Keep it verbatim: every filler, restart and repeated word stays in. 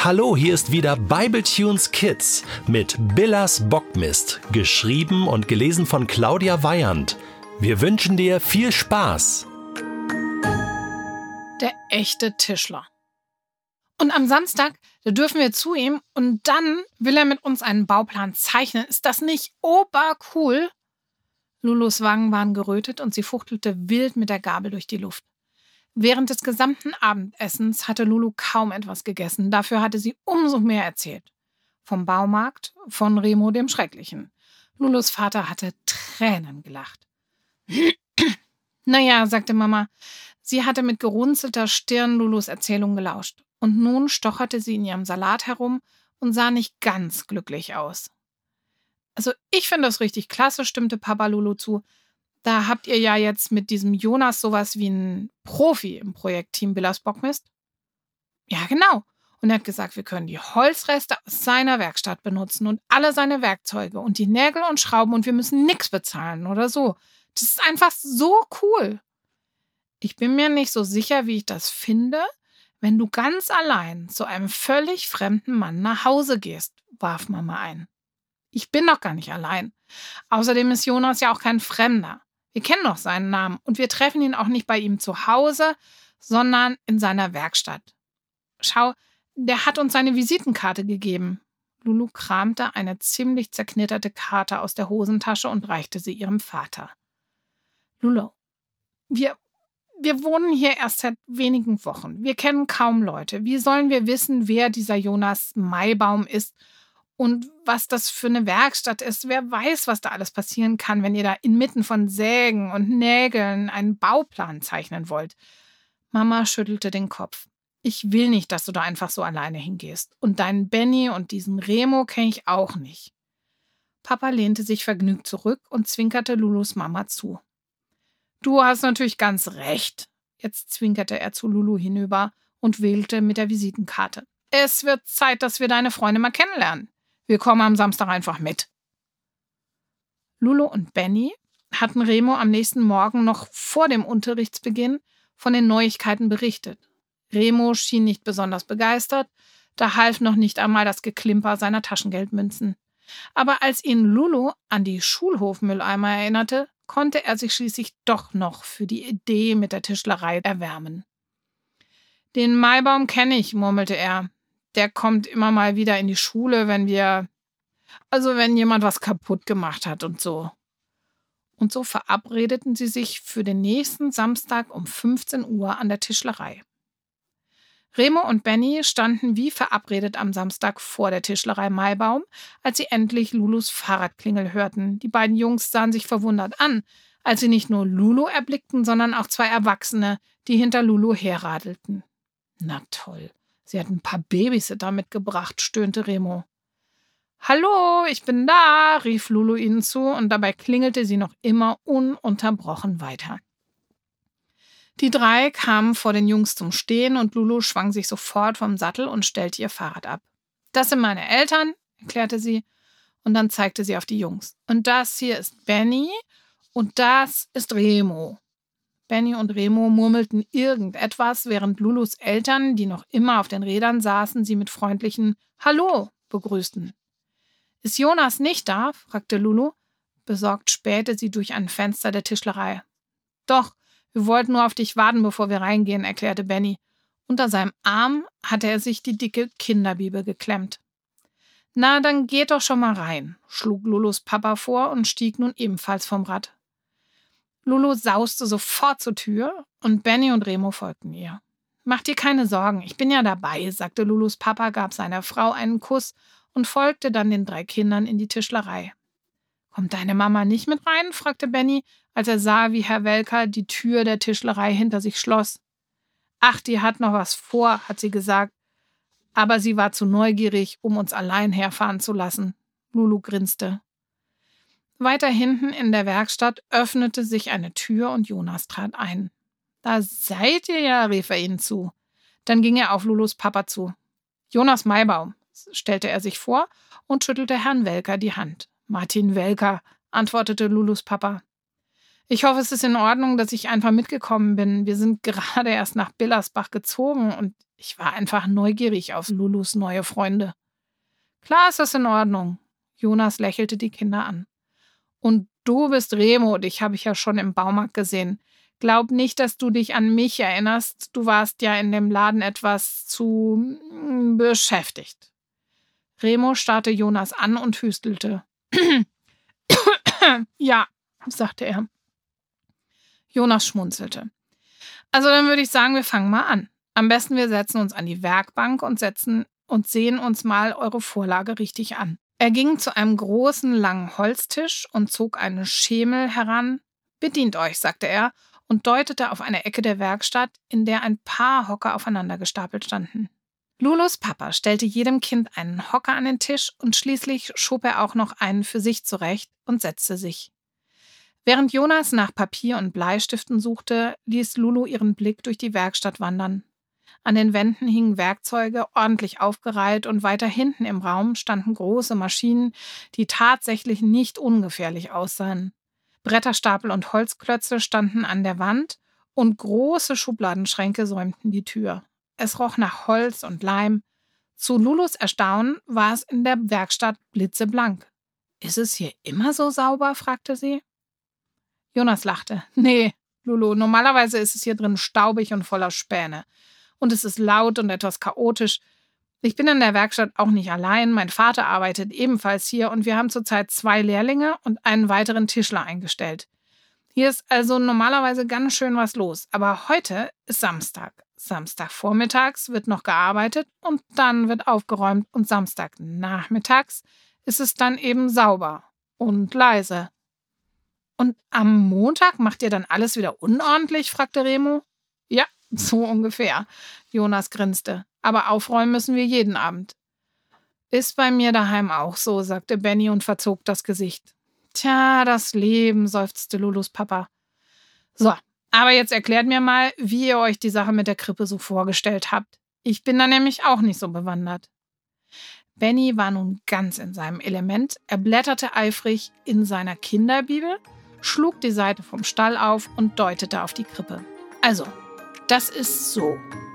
Hallo, hier ist wieder Bibletunes Kids mit Billas Bockmist, geschrieben und gelesen von Claudia Weyand. Wir wünschen dir viel Spaß. Der echte Tischler. Und am Samstag, da dürfen wir zu ihm und dann will er mit uns einen Bauplan zeichnen. Ist das nicht obercool? Lulus Wangen waren gerötet und sie fuchtelte wild mit der Gabel durch die Luft. Während des gesamten Abendessens hatte Lulu kaum etwas gegessen. Dafür hatte sie umso mehr erzählt. Vom Baumarkt, von Remo dem Schrecklichen. Lulus Vater hatte Tränen gelacht. Naja, sagte Mama. Sie hatte mit gerunzelter Stirn Lulus Erzählung gelauscht. Und nun stocherte sie in ihrem Salat herum und sah nicht ganz glücklich aus. Also ich finde das richtig klasse, stimmte Papa Lulu zu. Da habt ihr ja jetzt mit diesem Jonas sowas wie einen Profi im Projektteam Billas Bockmist. Ja, genau. Und er hat gesagt, wir können die Holzreste aus seiner Werkstatt benutzen und alle seine Werkzeuge und die Nägel und Schrauben und wir müssen nichts bezahlen oder so. Das ist einfach so cool. Ich bin mir nicht so sicher, wie ich das finde, wenn du ganz allein zu einem völlig fremden Mann nach Hause gehst, warf Mama ein. Ich bin doch gar nicht allein. Außerdem ist Jonas ja auch kein Fremder. Wir kennen doch seinen Namen und wir treffen ihn auch nicht bei ihm zu Hause, sondern in seiner Werkstatt. Schau, der hat uns seine Visitenkarte gegeben. Lulu kramte eine ziemlich zerknitterte Karte aus der Hosentasche und reichte sie ihrem Vater. Lulu, wir, wir wohnen hier erst seit wenigen Wochen. Wir kennen kaum Leute. Wie sollen wir wissen, wer dieser Jonas Maibaum ist? Und was das für eine Werkstatt ist, wer weiß, was da alles passieren kann, wenn ihr da inmitten von Sägen und Nägeln einen Bauplan zeichnen wollt. Mama schüttelte den Kopf. Ich will nicht, dass du da einfach so alleine hingehst. Und deinen Benny und diesen Remo kenne ich auch nicht. Papa lehnte sich vergnügt zurück und zwinkerte Lulus Mama zu. Du hast natürlich ganz recht. Jetzt zwinkerte er zu Lulu hinüber und wählte mit der Visitenkarte. Es wird Zeit, dass wir deine Freunde mal kennenlernen. Wir kommen am Samstag einfach mit. Lulu und Benny hatten Remo am nächsten Morgen noch vor dem Unterrichtsbeginn von den Neuigkeiten berichtet. Remo schien nicht besonders begeistert, da half noch nicht einmal das Geklimper seiner Taschengeldmünzen. Aber als ihn Lulu an die Schulhofmülleimer erinnerte, konnte er sich schließlich doch noch für die Idee mit der Tischlerei erwärmen. Den Maibaum kenne ich, murmelte er. Der kommt immer mal wieder in die Schule, wenn wir, also wenn jemand was kaputt gemacht hat und so. Und so verabredeten sie sich für den nächsten Samstag um fünfzehn Uhr an der Tischlerei. Remo und Benny standen wie verabredet am Samstag vor der Tischlerei Maibaum, als sie endlich Lulus Fahrradklingel hörten. Die beiden Jungs sahen sich verwundert an, als sie nicht nur Lulu erblickten, sondern auch zwei Erwachsene, die hinter Lulu herradelten. Na toll. Sie hat ein paar Babysitter mitgebracht, stöhnte Remo. »Hallo, ich bin da«, rief Lulu ihnen zu und dabei klingelte sie noch immer ununterbrochen weiter. Die drei kamen vor den Jungs zum Stehen und Lulu schwang sich sofort vom Sattel und stellte ihr Fahrrad ab. »Das sind meine Eltern«, erklärte sie und dann zeigte sie auf die Jungs. »Und das hier ist Benny und das ist Remo.« Benny und Remo murmelten irgendetwas, während Lulus Eltern, die noch immer auf den Rädern saßen, sie mit freundlichen »Hallo« begrüßten. »Ist Jonas nicht da?« fragte Lulu. Besorgt spähte sie durch ein Fenster der Tischlerei. »Doch, wir wollten nur auf dich warten, bevor wir reingehen«, erklärte Benny. Unter seinem Arm hatte er sich die dicke Kinderbibel geklemmt. »Na, dann geht doch schon mal rein«, schlug Lulus Papa vor und stieg nun ebenfalls vom Rad. Lulu sauste sofort zur Tür und Benny und Remo folgten ihr. »Mach dir keine Sorgen, ich bin ja dabei«, sagte Lulus Papa, gab seiner Frau einen Kuss und folgte dann den drei Kindern in die Tischlerei. »Kommt deine Mama nicht mit rein?« fragte Benny, als er sah, wie Herr Welker die Tür der Tischlerei hinter sich schloss. »Ach, die hat noch was vor«, hat sie gesagt, aber sie war zu neugierig, um uns allein herfahren zu lassen. Lulu grinste. Weiter hinten in der Werkstatt öffnete sich eine Tür und Jonas trat ein. »Da seid ihr ja«, rief er ihnen zu. Dann ging er auf Lulus Papa zu. »Jonas Maibaum«, stellte er sich vor und schüttelte Herrn Welker die Hand. »Martin Welker«, antwortete Lulus Papa. »Ich hoffe, es ist in Ordnung, dass ich einfach mitgekommen bin. Wir sind gerade erst nach Billersbach gezogen und Ich war einfach neugierig auf Lulus neue Freunde. Klar ist das in Ordnung. Jonas lächelte die Kinder an. Und du bist Remo, dich habe ich ja schon im Baumarkt gesehen. Glaub nicht, dass du dich an mich erinnerst. Du warst ja in dem Laden etwas zu beschäftigt. Remo starrte Jonas an und hüstelte. Ja, sagte er. Jonas schmunzelte. Also dann würde ich sagen, wir fangen mal an. Am besten wir setzen uns an die Werkbank und setzen und sehen uns mal eure Vorlage richtig an. Er ging zu einem großen, langen Holztisch und zog einen Schemel heran. Bedient euch, sagte er und deutete auf eine Ecke der Werkstatt, in der ein paar Hocker aufeinander gestapelt standen. Lulus Papa stellte jedem Kind einen Hocker an den Tisch und schließlich schob er auch noch einen für sich zurecht und setzte sich. Während Jonas nach Papier und Bleistiften suchte, ließ Lulu ihren Blick durch die Werkstatt wandern. An den Wänden hingen Werkzeuge, ordentlich aufgereiht, und weiter hinten im Raum standen große Maschinen, die tatsächlich nicht ungefährlich aussahen. Bretterstapel und Holzklötze standen an der Wand und große Schubladenschränke säumten die Tür. Es roch nach Holz und Leim. Zu Lulus Erstaunen war es in der Werkstatt blitzeblank. »Ist es hier immer so sauber?« fragte sie. Jonas lachte. »Nee, Lulu, normalerweise ist es hier drin staubig und voller Späne. Und es ist laut und etwas chaotisch. Ich bin in der Werkstatt auch nicht allein. Mein Vater arbeitet ebenfalls hier und wir haben zurzeit zwei Lehrlinge und einen weiteren Tischler eingestellt. Hier ist also normalerweise ganz schön was los. Aber heute ist Samstag. Samstagvormittags wird noch gearbeitet und dann wird aufgeräumt und Samstagnachmittags ist es dann eben sauber und leise.« »Und am Montag macht ihr dann alles wieder unordentlich?« fragte Remo. »Ja, so ungefähr.« Jonas grinste. »Aber aufräumen müssen wir jeden Abend.« »Ist bei mir daheim auch so«, sagte Benny und verzog das Gesicht. »Tja, das Leben«, seufzte Lulus Papa. »So, aber jetzt erklärt mir mal, wie ihr euch die Sache mit der Krippe so vorgestellt habt. Ich bin da nämlich auch nicht so bewandert.« Benny war nun ganz in seinem Element. Er blätterte eifrig in seiner Kinderbibel, schlug die Seite vom Stall auf und deutete auf die Krippe. »Also, das ist so.